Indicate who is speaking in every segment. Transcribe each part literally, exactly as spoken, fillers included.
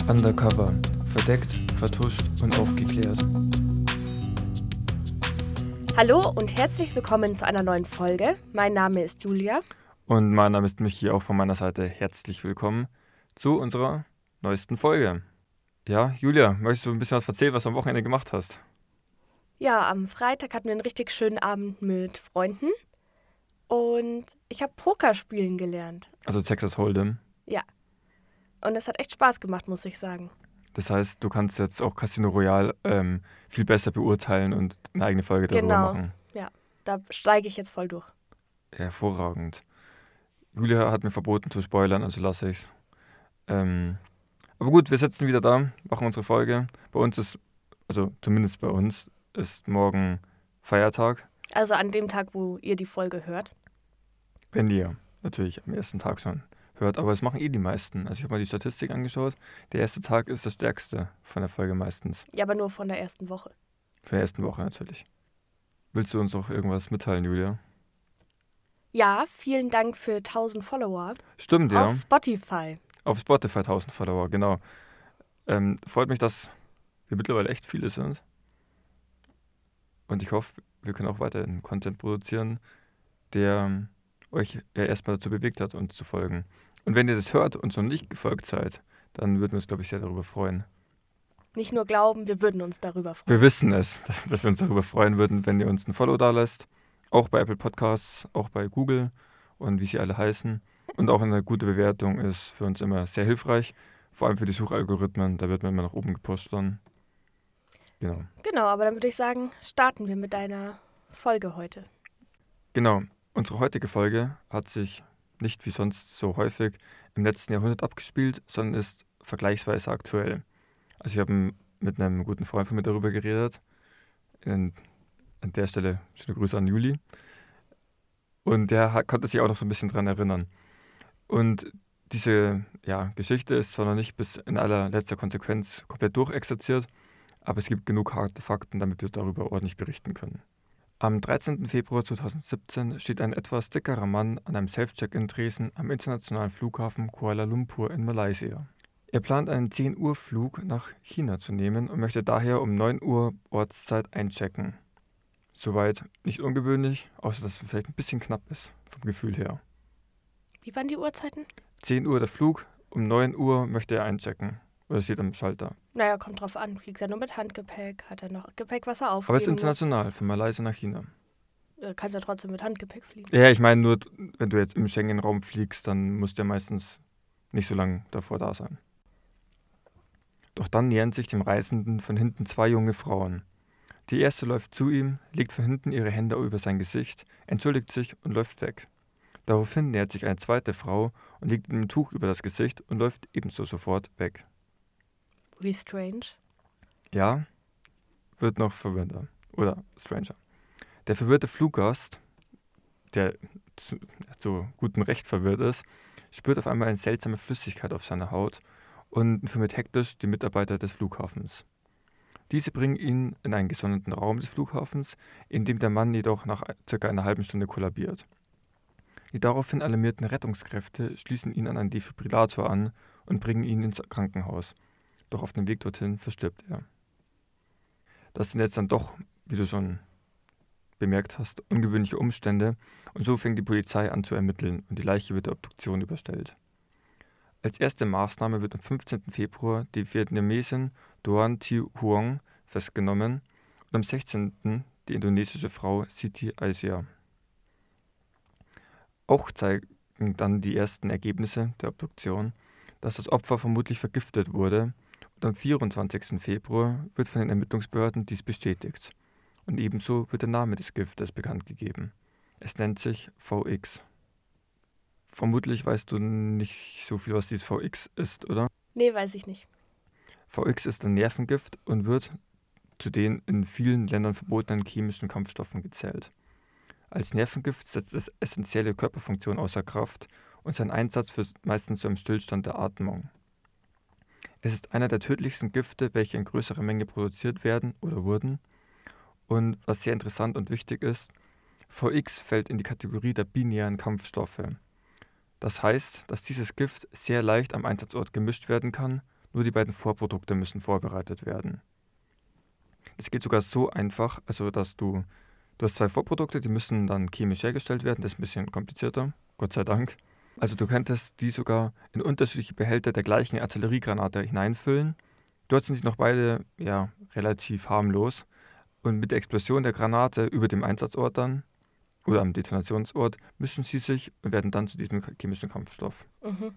Speaker 1: Undercover. Verdeckt, vertuscht und aufgeklärt.
Speaker 2: Hallo und herzlich willkommen zu einer neuen Folge. Mein Name ist Julia.
Speaker 1: Und mein Name ist Michi, auch von meiner Seite herzlich willkommen zu unserer neuesten Folge. Ja, Julia, möchtest du ein bisschen was erzählen, was du am Wochenende gemacht hast?
Speaker 2: Ja, am Freitag hatten wir einen richtig schönen Abend mit Freunden und ich habe Poker spielen gelernt.
Speaker 1: Also Texas Hold'em.
Speaker 2: Ja, und es hat echt Spaß gemacht, muss ich sagen.
Speaker 1: Das heißt, du kannst jetzt auch Casino Royale ähm, viel besser beurteilen und eine eigene Folge darüber
Speaker 2: Genau.
Speaker 1: machen.
Speaker 2: Ja, da steige ich jetzt voll durch.
Speaker 1: Hervorragend. Julia hat mir verboten zu spoilern, also lasse ich's. Ähm, aber gut, wir sitzen wieder da, machen unsere Folge. Bei uns ist, also zumindest bei uns, ist morgen Feiertag.
Speaker 2: Also an dem Tag, wo ihr die Folge hört.
Speaker 1: Wenn ihr natürlich am ersten Tag schon hört, aber es machen eh die meisten. Also ich habe mal die Statistik angeschaut. Der erste Tag ist das stärkste von der Folge meistens.
Speaker 2: Ja, aber nur von der ersten Woche.
Speaker 1: Von der ersten Woche natürlich. Willst du uns auch irgendwas mitteilen, Julia?
Speaker 2: Ja, vielen Dank für tausend Follower
Speaker 1: Stimmt, ja.
Speaker 2: auf Spotify.
Speaker 1: Auf Spotify tausend Follower, genau. Ähm, freut mich, dass wir mittlerweile echt viele sind. Und ich hoffe, wir können auch weiterhin Content produzieren, der ähm, euch ja erstmal dazu bewegt hat, uns zu folgen. Und wenn ihr das hört und noch nicht gefolgt seid, dann würden wir uns, glaube ich, sehr darüber freuen.
Speaker 2: Nicht nur glauben, wir würden uns darüber freuen.
Speaker 1: Wir wissen es, dass, dass wir uns darüber freuen würden, wenn ihr uns ein Follow da lässt. Auch bei Apple Podcasts, auch bei Google und wie sie alle heißen. Und auch eine gute Bewertung ist für uns immer sehr hilfreich. Vor allem für die Suchalgorithmen, da wird man immer nach oben gepusht dann. Genau.
Speaker 2: Genau, aber dann würde ich sagen, starten wir mit deiner Folge heute.
Speaker 1: Genau. Unsere heutige Folge hat sich nicht wie sonst so häufig im letzten Jahrhundert abgespielt, sondern ist vergleichsweise aktuell. Also ich habe mit einem guten Freund von mir darüber geredet. In, an der Stelle schöne Grüße an Juli. Und der hat, konnte sich auch noch so ein bisschen dran erinnern. Und diese ja, Geschichte ist zwar noch nicht bis in allerletzter Konsequenz komplett durchexerziert, aber es gibt genug harte Fakten, damit wir darüber ordentlich berichten können. Am dreizehnten Februar zweitausendsiebzehn steht ein etwas dickerer Mann an einem Self-Check-In-Tresen am internationalen Flughafen Kuala Lumpur in Malaysia. Er plant einen zehn Uhr Flug nach China zu nehmen und möchte daher um neun Uhr Ortszeit einchecken. Soweit nicht ungewöhnlich, außer dass es vielleicht ein bisschen knapp ist, vom Gefühl her.
Speaker 2: Wie waren die Uhrzeiten?
Speaker 1: zehn Uhr der Flug, um neun Uhr möchte er einchecken. Oder steht am Schalter.
Speaker 2: Naja, kommt drauf an. Fliegt er nur mit Handgepäck? Hat er noch Gepäck, was er aufgeben
Speaker 1: Aber es ist
Speaker 2: muss?
Speaker 1: international, von Malaysia nach China.
Speaker 2: Äh, Kannst ja trotzdem mit Handgepäck fliegen.
Speaker 1: Ja, ich meine nur, wenn du jetzt im Schengen-Raum fliegst, dann musst du ja meistens nicht so lange davor da sein. Doch dann nähern sich dem Reisenden von hinten zwei junge Frauen. Die erste läuft zu ihm, legt von hinten ihre Hände über sein Gesicht, entschuldigt sich und läuft weg. Daraufhin nähert sich eine zweite Frau und legt ihm ein Tuch über das Gesicht und läuft ebenso sofort weg.
Speaker 2: Wie strange.
Speaker 1: Ja, wird noch verwirrender oder stranger. Der verwirrte Fluggast, der zu, zu gutem Recht verwirrt ist, spürt auf einmal eine seltsame Flüssigkeit auf seiner Haut und informiert hektisch die Mitarbeiter des Flughafens. Diese bringen ihn in einen gesonderten Raum des Flughafens, in dem der Mann jedoch nach circa einer halben Stunde kollabiert. Die daraufhin alarmierten Rettungskräfte schließen ihn an einen Defibrillator an und bringen ihn ins Krankenhaus. Doch auf dem Weg dorthin verstirbt er. Das sind jetzt dann doch, wie du schon bemerkt hast, ungewöhnliche Umstände und so fängt die Polizei an zu ermitteln und die Leiche wird der Obduktion überstellt. Als erste Maßnahme wird am fünfzehnten Februar die Vietnamesin Doan Thi Huong festgenommen und am sechzehnten die indonesische Frau Siti Aisyah. Auch zeigen dann die ersten Ergebnisse der Obduktion, dass das Opfer vermutlich vergiftet wurde und am vierundzwanzigsten Februar wird von den Ermittlungsbehörden dies bestätigt. Und ebenso wird der Name des Giftes bekannt gegeben. Es nennt sich V X. Vermutlich weißt du nicht so viel, was dieses V X ist, oder?
Speaker 2: Nee, weiß ich nicht.
Speaker 1: V X ist ein Nervengift und wird zu den in vielen Ländern verbotenen chemischen Kampfstoffen gezählt. Als Nervengift setzt es essentielle Körperfunktionen außer Kraft und sein Einsatz führt meistens zu einem Stillstand der Atmung. Es ist einer der tödlichsten Gifte, welche in größerer Menge produziert werden oder wurden. Und was sehr interessant und wichtig ist, V X fällt in die Kategorie der binären Kampfstoffe. Das heißt, dass dieses Gift sehr leicht am Einsatzort gemischt werden kann, nur die beiden Vorprodukte müssen vorbereitet werden. Es geht sogar so einfach, also dass du, du hast zwei Vorprodukte, die müssen dann chemisch hergestellt werden, das ist ein bisschen komplizierter, Gott sei Dank. Also du könntest die sogar in unterschiedliche Behälter der gleichen Artilleriegranate hineinfüllen. Dort sind sie noch beide ja, relativ harmlos und mit der Explosion der Granate über dem Einsatzort dann oder am Detonationsort mischen sie sich und werden dann zu diesem chemischen Kampfstoff.
Speaker 2: Mhm.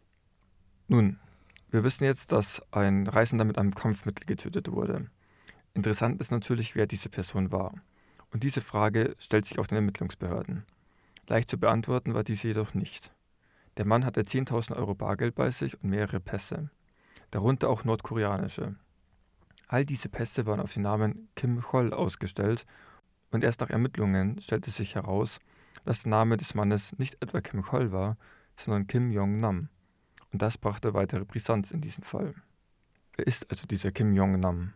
Speaker 1: Nun, wir wissen jetzt, dass ein Reisender mit einem Kampfmittel getötet wurde. Interessant ist natürlich, wer diese Person war. Und diese Frage stellt sich auch den Ermittlungsbehörden. Leicht zu beantworten war diese jedoch nicht. Der Mann hatte zehntausend Euro Bargeld bei sich und mehrere Pässe, darunter auch nordkoreanische. All diese Pässe waren auf den Namen Kim Chol ausgestellt und erst nach Ermittlungen stellte sich heraus, dass der Name des Mannes nicht etwa Kim Chol war, sondern Kim Jong-nam. Und das brachte weitere Brisanz in diesen Fall. Wer ist also dieser Kim Jong-nam?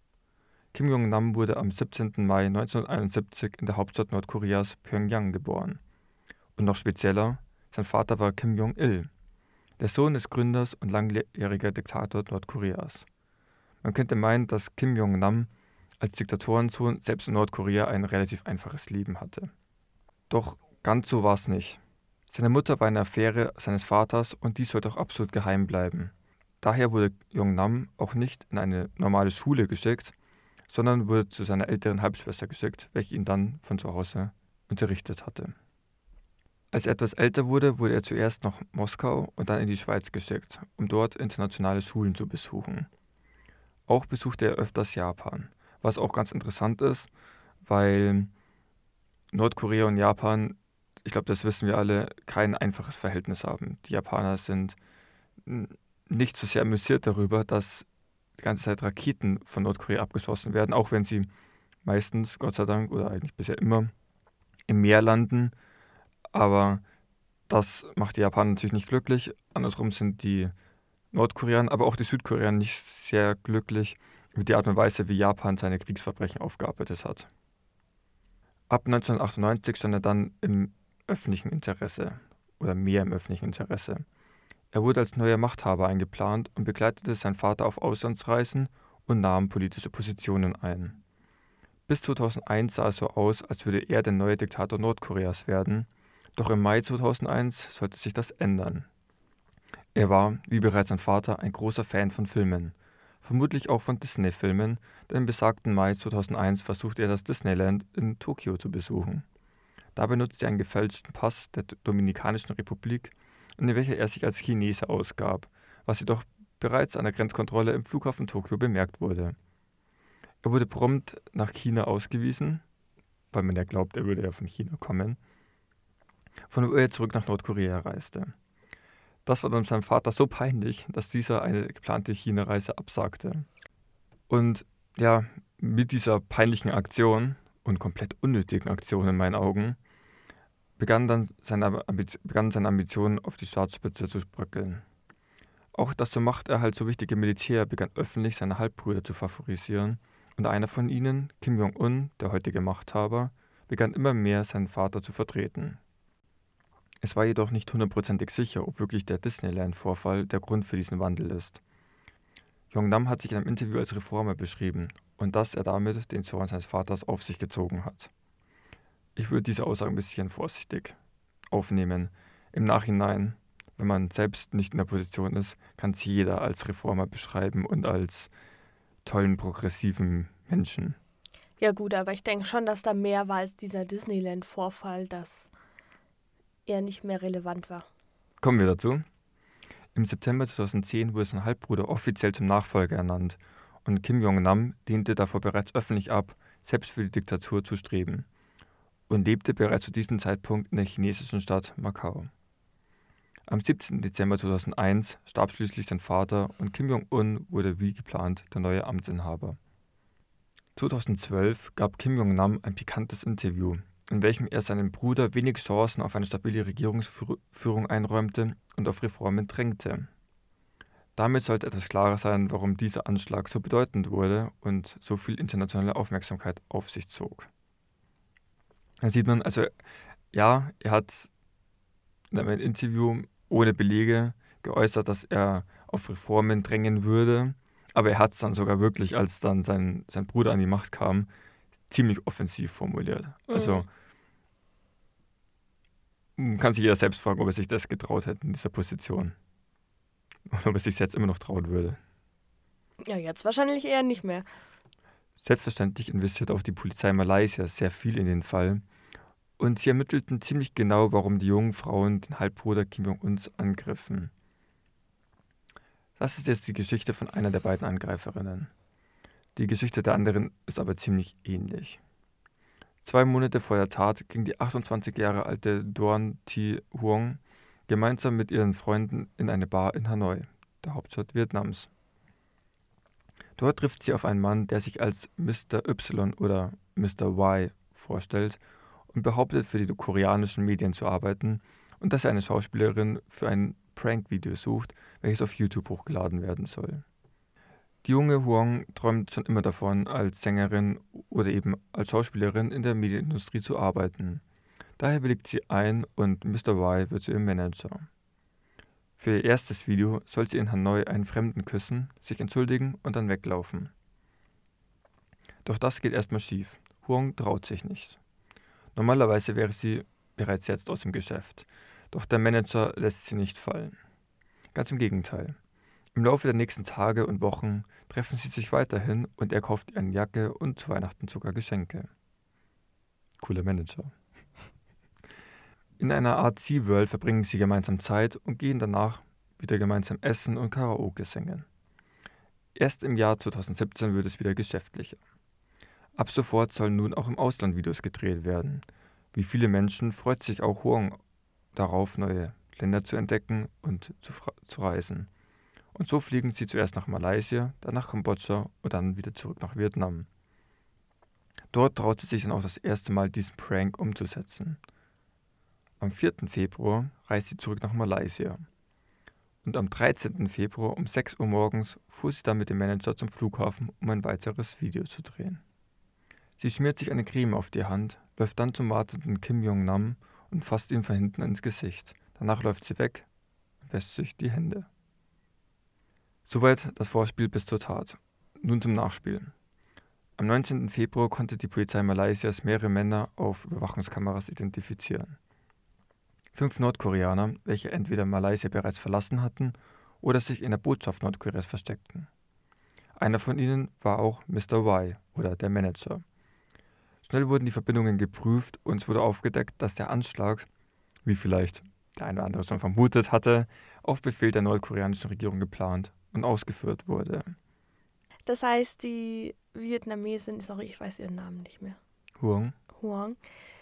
Speaker 1: Kim Jong-nam wurde am siebzehnten Mai neunzehnhunderteinundsiebzig in der Hauptstadt Nordkoreas Pjöngjang geboren. Und noch spezieller, sein Vater war Kim Jong-il, der Sohn des Gründers und langjähriger Diktator Nordkoreas. Man könnte meinen, dass Kim Jong-nam als Diktatorensohn selbst in Nordkorea ein relativ einfaches Leben hatte. Doch ganz so war es nicht. Seine Mutter war eine Affäre seines Vaters und dies sollte auch absolut geheim bleiben. Daher wurde Jong-nam auch nicht in eine normale Schule geschickt, sondern wurde zu seiner älteren Halbschwester geschickt, welche ihn dann von zu Hause unterrichtet hatte. Als er etwas älter wurde, wurde er zuerst nach Moskau und dann in die Schweiz geschickt, um dort internationale Schulen zu besuchen. Auch besuchte er öfters Japan, was auch ganz interessant ist, weil Nordkorea und Japan, ich glaube, das wissen wir alle, kein einfaches Verhältnis haben. Die Japaner sind nicht so sehr amüsiert darüber, dass die ganze Zeit Raketen von Nordkorea abgeschossen werden, auch wenn sie meistens, Gott sei Dank, oder eigentlich bisher immer im Meer landen. Aber das macht die Japaner natürlich nicht glücklich. Andersrum sind die Nordkoreaner, aber auch die Südkoreaner nicht sehr glücklich mit der Art und Weise, wie Japan seine Kriegsverbrechen aufgearbeitet hat. Ab neunzehnhundertachtundneunzig stand er dann im öffentlichen Interesse oder mehr im öffentlichen Interesse. Er wurde als neuer Machthaber eingeplant und begleitete seinen Vater auf Auslandsreisen und nahm politische Positionen ein. Bis zweitausendeins sah es so aus, als würde er der neue Diktator Nordkoreas werden, doch im Mai zweitausendeins sollte sich das ändern. Er war, wie bereits sein Vater, ein großer Fan von Filmen, vermutlich auch von Disney-Filmen, denn im besagten Mai zweitausendeins versuchte er das Disneyland in Tokio zu besuchen. Dabei nutzte er einen gefälschten Pass der Dominikanischen Republik, in welcher er sich als Chinese ausgab, was jedoch bereits an der Grenzkontrolle im Flughafen Tokio bemerkt wurde. Er wurde prompt nach China ausgewiesen, weil man ja glaubt, er würde ja von China kommen, von wo er zurück nach Nordkorea reiste. Das war dann seinem Vater so peinlich, dass dieser eine geplante China-Reise absagte. Und ja, mit dieser peinlichen Aktion und komplett unnötigen Aktion in meinen Augen begann dann seine, Ambiz- begann seine Ambitionen auf die Staatsspitze zu bröckeln. Auch das zur Machterhalt so wichtige Militär begann öffentlich seine Halbbrüder zu favorisieren und einer von ihnen, Kim Jong-un, der heutige Machthaber, begann immer mehr seinen Vater zu vertreten. Es war jedoch nicht hundertprozentig sicher, ob wirklich der Disneyland-Vorfall der Grund für diesen Wandel ist. Jong-nam hat sich in einem Interview als Reformer beschrieben und dass er damit den Zorn seines Vaters auf sich gezogen hat. Ich würde diese Aussage ein bisschen vorsichtig aufnehmen. Im Nachhinein, wenn man selbst nicht in der Position ist, kann es jeder als Reformer beschreiben und als tollen, progressiven Menschen.
Speaker 2: Ja gut, aber ich denke schon, dass da mehr war als dieser Disneyland-Vorfall, dass er nicht mehr relevant war.
Speaker 1: Kommen wir dazu. Im September zweitausendzehn wurde sein Halbbruder offiziell zum Nachfolger ernannt und Kim Jong-nam lehnte davor bereits öffentlich ab, selbst für die Diktatur zu streben und lebte bereits zu diesem Zeitpunkt in der chinesischen Stadt Macau. Am siebzehnten Dezember zweitausendeins starb schließlich sein Vater und Kim Jong-un wurde wie geplant der neue Amtsinhaber. zweitausendzwölf gab Kim Jong-nam ein pikantes Interview, in welchem er seinem Bruder wenig Chancen auf eine stabile Regierungsführung einräumte und auf Reformen drängte. Damit sollte etwas klarer sein, warum dieser Anschlag so bedeutend wurde und so viel internationale Aufmerksamkeit auf sich zog. Da sieht man, also ja, er hat in einem Interview ohne Belege geäußert, dass er auf Reformen drängen würde. Aber er hat es dann sogar wirklich, als dann sein, sein Bruder an die Macht kam, ziemlich offensiv formuliert. Also man kann sich ja selbst fragen, ob er sich das getraut hätte in dieser Position. Oder ob er sich jetzt immer noch trauen würde.
Speaker 2: Ja, jetzt wahrscheinlich eher nicht mehr.
Speaker 1: Selbstverständlich investiert auch die Polizei Malaysia sehr viel in den Fall. Und sie ermittelten ziemlich genau, warum die jungen Frauen den Halbbruder Kim Jong-uns angriffen. Das ist jetzt die Geschichte von einer der beiden Angreiferinnen. Die Geschichte der anderen ist aber ziemlich ähnlich. Zwei Monate vor der Tat ging die achtundzwanzig Jahre alte Doan Thi Huong gemeinsam mit ihren Freunden in eine Bar in Hanoi, der Hauptstadt Vietnams. Dort trifft sie auf einen Mann, der sich als Mister Y oder Mister Y vorstellt und behauptet, für die koreanischen Medien zu arbeiten und dass er eine Schauspielerin für ein Prank-Video sucht, welches auf YouTube hochgeladen werden soll. Die junge Huong träumt schon immer davon, als Sängerin oder eben als Schauspielerin in der Medienindustrie zu arbeiten. Daher willigt sie ein und Mister Y wird zu ihrem Manager. Für ihr erstes Video soll sie in Hanoi einen Fremden küssen, sich entschuldigen und dann weglaufen. Doch das geht erstmal schief. Huong traut sich nicht. Normalerweise wäre sie bereits jetzt aus dem Geschäft, doch der Manager lässt sie nicht fallen. Ganz im Gegenteil. Im Laufe der nächsten Tage und Wochen treffen sie sich weiterhin und er kauft ihr eine Jacke und zu Weihnachten sogar Geschenke. Cooler Manager. In einer Art SeaWorld verbringen sie gemeinsam Zeit und gehen danach wieder gemeinsam essen und Karaoke singen. Erst im Jahr zweitausendsiebzehn wird es wieder geschäftlicher. Ab sofort sollen nun auch im Ausland Videos gedreht werden. Wie viele Menschen freut sich auch Huong darauf, neue Länder zu entdecken und zu, zu reisen. Und so fliegen sie zuerst nach Malaysia, dann nach Kambodscha und dann wieder zurück nach Vietnam. Dort traut sie sich dann auch das erste Mal, diesen Prank umzusetzen. Am vierten Februar reist sie zurück nach Malaysia. Und am dreizehnten Februar um sechs Uhr morgens fuhr sie dann mit dem Manager zum Flughafen, um ein weiteres Video zu drehen. Sie schmiert sich eine Creme auf die Hand, läuft dann zum wartenden Kim Jong-nam und fasst ihn von hinten ins Gesicht. Danach läuft sie weg und wäscht sich die Hände. Soweit das Vorspiel bis zur Tat. Nun zum Nachspiel. Am neunzehnten Februar konnte die Polizei Malaysias mehrere Männer auf Überwachungskameras identifizieren. Fünf Nordkoreaner, welche entweder Malaysia bereits verlassen hatten oder sich in der Botschaft Nordkoreas versteckten. Einer von ihnen war auch Mister Y oder der Manager. Schnell wurden die Verbindungen geprüft und es wurde aufgedeckt, dass der Anschlag, wie vielleicht der eine oder andere schon vermutet hatte, auf Befehl der nordkoreanischen Regierung geplant und ausgeführt wurde.
Speaker 2: Das heißt, die Vietnamesin, sorry, ich weiß ihren Namen nicht mehr.
Speaker 1: Huong.
Speaker 2: Huong.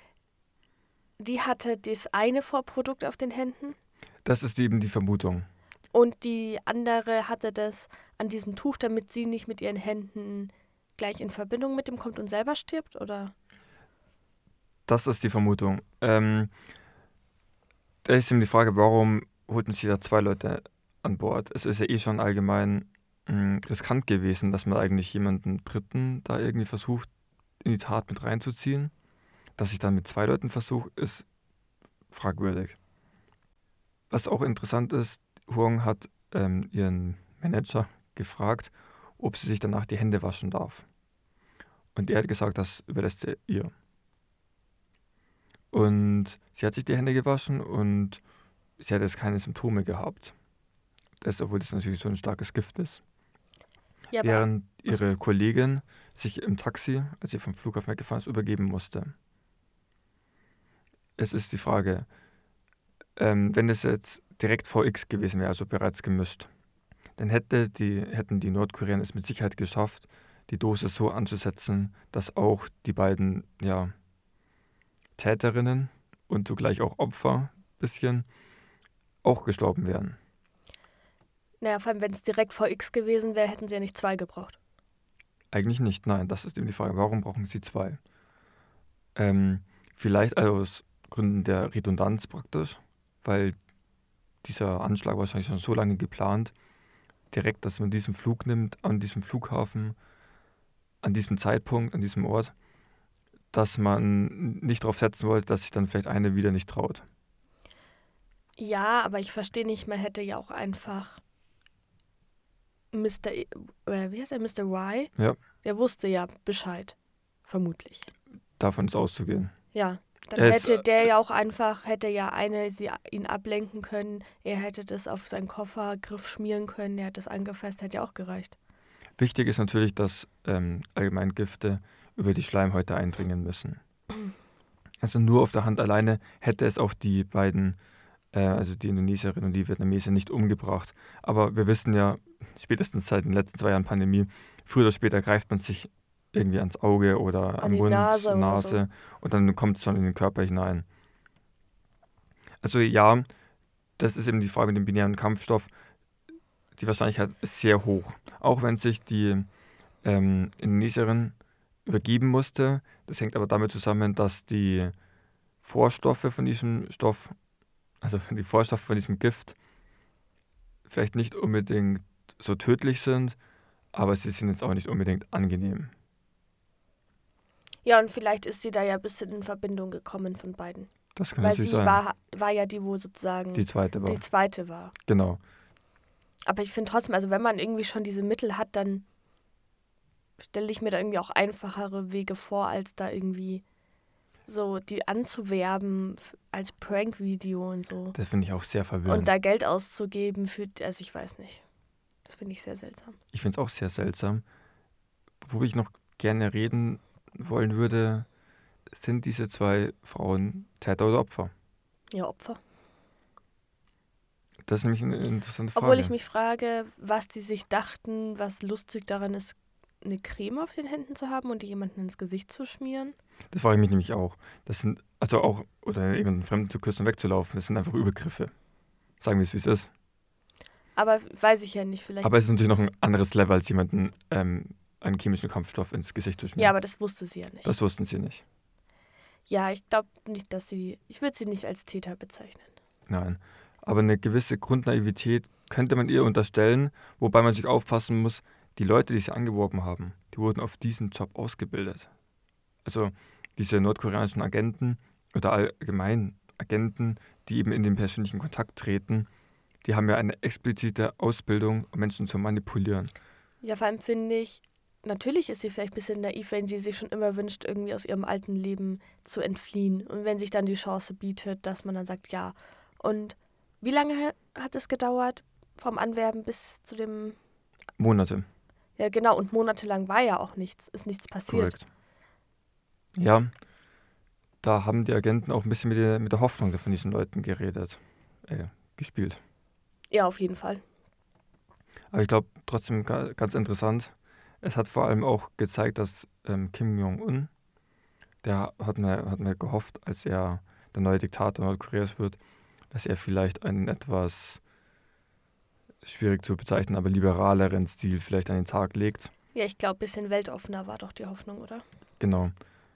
Speaker 2: Die hatte das eine Vorprodukt auf den Händen.
Speaker 1: Das ist eben die Vermutung.
Speaker 2: Und die andere hatte das an diesem Tuch, damit sie nicht mit ihren Händen gleich in Verbindung mit dem kommt und selber stirbt, oder?
Speaker 1: Das ist die Vermutung. Ähm, da ist eben die Frage, warum holten sie da zwei Leute an Bord? Es ist ja eh schon allgemein mh, riskant gewesen, dass man eigentlich jemanden Dritten da irgendwie versucht, in die Tat mit reinzuziehen. Dass ich dann mit zwei Leuten versuche, ist fragwürdig. Was auch interessant ist, Huong hat ähm, ihren Manager gefragt, ob sie sich danach die Hände waschen darf. Und er hat gesagt, das überlässt er ihr. Und sie hat sich die Hände gewaschen und sie hat jetzt keine Symptome gehabt. Das, obwohl das natürlich so ein starkes Gift ist.
Speaker 2: Ja,
Speaker 1: Während ihre Kollegin sich im Taxi, als sie vom Flughafen weggefahren ist, übergeben musste. Es ist die Frage, ähm, wenn es jetzt direkt V X gewesen wäre, also bereits gemischt, dann hätte die, hätten die Nordkoreaner es mit Sicherheit geschafft, die Dosis so anzusetzen, dass auch die beiden ja, Täterinnen und zugleich auch Opfer ein bisschen auch gestorben wären.
Speaker 2: Naja, vor allem, wenn es direkt V X gewesen wäre, hätten sie ja nicht zwei gebraucht.
Speaker 1: Eigentlich nicht, nein, das ist eben die Frage, warum brauchen sie zwei? Ähm, vielleicht also aus Gründen der Redundanz praktisch, weil dieser Anschlag wahrscheinlich schon so lange geplant, direkt, dass man diesen Flug nimmt, an diesem Flughafen, an diesem Zeitpunkt, an diesem Ort, dass man nicht darauf setzen wollte, dass sich dann vielleicht eine wieder nicht traut.
Speaker 2: Ja, aber ich verstehe nicht, man hätte ja auch einfach Mister E- äh, wie heißt er, Mister Y?
Speaker 1: Ja.
Speaker 2: Der wusste ja Bescheid. Vermutlich.
Speaker 1: Davon ist auszugehen.
Speaker 2: Ja, dann
Speaker 1: Er ist,
Speaker 2: hätte der ja auch einfach, hätte ja eine sie, ihn ablenken können. Er hätte das auf seinen Koffergriff schmieren können. Er hat das angefasst, hätte ja auch gereicht.
Speaker 1: Wichtig ist natürlich, dass ähm, allgemein Gifte über die Schleimhäute eindringen müssen. Also nur auf der Hand alleine hätte es auch die beiden, äh, also die Indonesierin und die Vietnamesin, nicht umgebracht. Aber wir wissen ja, spätestens seit den letzten zwei Jahren Pandemie, früher oder später greift man sich irgendwie ans Auge oder
Speaker 2: An
Speaker 1: am
Speaker 2: die
Speaker 1: Mund,
Speaker 2: Nase oder
Speaker 1: Nase und dann kommt es schon in den Körper hinein. Also ja, das ist eben die Frage mit dem binären Kampfstoff. Die Wahrscheinlichkeit ist sehr hoch. Auch wenn sich die ähm, Indonesierin übergeben musste. Das hängt aber damit zusammen, dass die Vorstoffe von diesem Stoff, also die Vorstoffe von diesem Gift, vielleicht nicht unbedingt so tödlich sind, aber sie sind jetzt auch nicht unbedingt angenehm.
Speaker 2: Ja, und vielleicht ist sie da ja ein bisschen in Verbindung gekommen von beiden.
Speaker 1: Das kann
Speaker 2: Weil
Speaker 1: natürlich
Speaker 2: sie
Speaker 1: sein.
Speaker 2: war, war ja die, wo sozusagen
Speaker 1: Die zweite war.
Speaker 2: die zweite war.
Speaker 1: Genau.
Speaker 2: Aber ich finde trotzdem, also wenn man irgendwie schon diese Mittel hat, dann stelle ich mir da irgendwie auch einfachere Wege vor, als da irgendwie so die anzuwerben f- als Prank-Video und so.
Speaker 1: Das finde ich auch sehr verwirrend.
Speaker 2: Und da Geld auszugeben für, also ich weiß nicht. Das finde ich sehr seltsam.
Speaker 1: Ich finde es auch sehr seltsam. Worüber ich noch gerne reden wollen würde, sind diese zwei Frauen Täter oder Opfer?
Speaker 2: Ja, Opfer.
Speaker 1: Das ist nämlich eine interessante Frage.
Speaker 2: Obwohl ich mich frage, was die sich dachten, was lustig daran ist, eine Creme auf den Händen zu haben und die jemanden ins Gesicht zu schmieren.
Speaker 1: Das frage ich mich nämlich auch. Das sind, also auch, oder jemanden Fremden zu küssen und wegzulaufen, das sind einfach Übergriffe. Sagen wir es, wie es ist.
Speaker 2: Aber weiß ich ja nicht, vielleicht.
Speaker 1: Aber es ist natürlich noch ein anderes Level, als jemanden ähm, einen chemischen Kampfstoff ins Gesicht zu schmieren.
Speaker 2: ja, aber das wusste sie ja nicht.
Speaker 1: Das wussten sie nicht.
Speaker 2: Ja, ich glaube nicht, dass sie, ich würde sie nicht als Täter bezeichnen.
Speaker 1: Nein. Aber eine gewisse Grundnaivität könnte man ihr unterstellen, wobei man sich aufpassen muss, die Leute, die sie angeworben haben, die wurden auf diesen Job ausgebildet. Also diese nordkoreanischen Agenten oder allgemein Agenten, die eben in den persönlichen Kontakt treten, die haben ja eine explizite Ausbildung, um Menschen zu manipulieren.
Speaker 2: Ja, vor allem finde ich, natürlich ist sie vielleicht ein bisschen naiv, wenn sie sich schon immer wünscht, irgendwie aus ihrem alten Leben zu entfliehen. Und wenn sich dann die Chance bietet, dass man dann sagt, ja. Und wie lange hat es gedauert vom Anwerben bis zu dem...
Speaker 1: Monate,
Speaker 2: Ja, genau. Und monatelang war ja auch nichts, ist nichts passiert.
Speaker 1: korrekt. Ja, da haben die Agenten auch ein bisschen mit der, mit der Hoffnung von diesen Leuten geredet, äh, gespielt.
Speaker 2: Ja, auf jeden Fall.
Speaker 1: Aber ich glaube trotzdem ga- ganz interessant, es hat vor allem auch gezeigt, dass ähm, Kim Jong-un, der hat mir, hat mir gehofft, als er der neue Diktator Nordkoreas wird, dass er vielleicht einen etwas schwierig zu bezeichnen, aber liberaleren Stil vielleicht an den Tag legt.
Speaker 2: Ja, ich glaube, ein bisschen weltoffener war doch die Hoffnung, oder?
Speaker 1: Genau.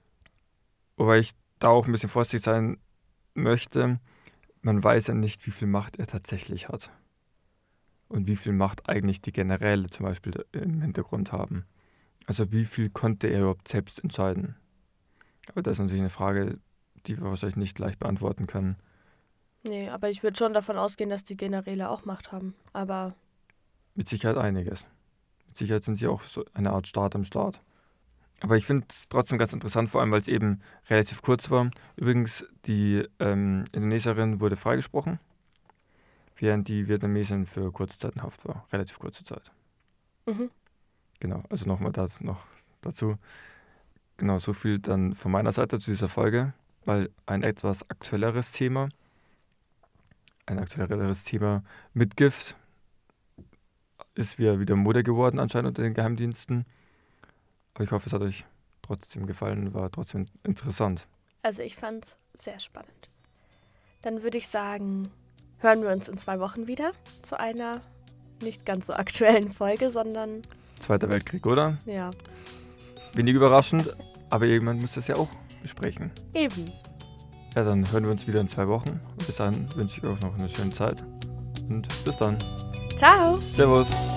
Speaker 1: Wobei ich da auch ein bisschen vorsichtig sein möchte, man weiß ja nicht, wie viel Macht er tatsächlich hat. Und wie viel Macht eigentlich die Generäle zum Beispiel im Hintergrund haben. Also wie viel konnte er überhaupt selbst entscheiden? Aber das ist natürlich eine Frage, die wir wahrscheinlich nicht leicht beantworten können.
Speaker 2: Nee, aber ich würde schon davon ausgehen, dass die Generäle auch Macht haben. Aber
Speaker 1: Mit Sicherheit einiges. Mit Sicherheit sind sie auch so eine Art Staat am Staat. Aber ich finde es trotzdem ganz interessant, vor allem weil es eben relativ kurz war. Übrigens, die ähm, Indonesierin wurde freigesprochen, während die Vietnamesin für kurze Zeit in Haft war. Relativ kurze Zeit.
Speaker 2: mhm.
Speaker 1: Genau, also nochmal das noch dazu. Genau, so viel dann von meiner Seite zu dieser Folge, weil ein etwas aktuelleres Thema, ein aktuelleres Thema mit Gift ist wieder, wieder Mode geworden anscheinend unter den Geheimdiensten. Aber ich hoffe, es hat euch trotzdem gefallen, war trotzdem interessant.
Speaker 2: Also ich fand's sehr spannend. Dann würde ich sagen, hören wir uns in zwei Wochen wieder zu einer nicht ganz so aktuellen Folge, sondern
Speaker 1: Zweiter Weltkrieg, oder?
Speaker 2: ja,
Speaker 1: Wenig überraschend, aber irgendwann muss das ja auch besprechen.
Speaker 2: eben.
Speaker 1: Ja, dann hören wir uns wieder in zwei Wochen. Und bis dahin wünsche ich euch noch eine schöne Zeit. Und bis dann.
Speaker 2: Ciao!
Speaker 1: Servus!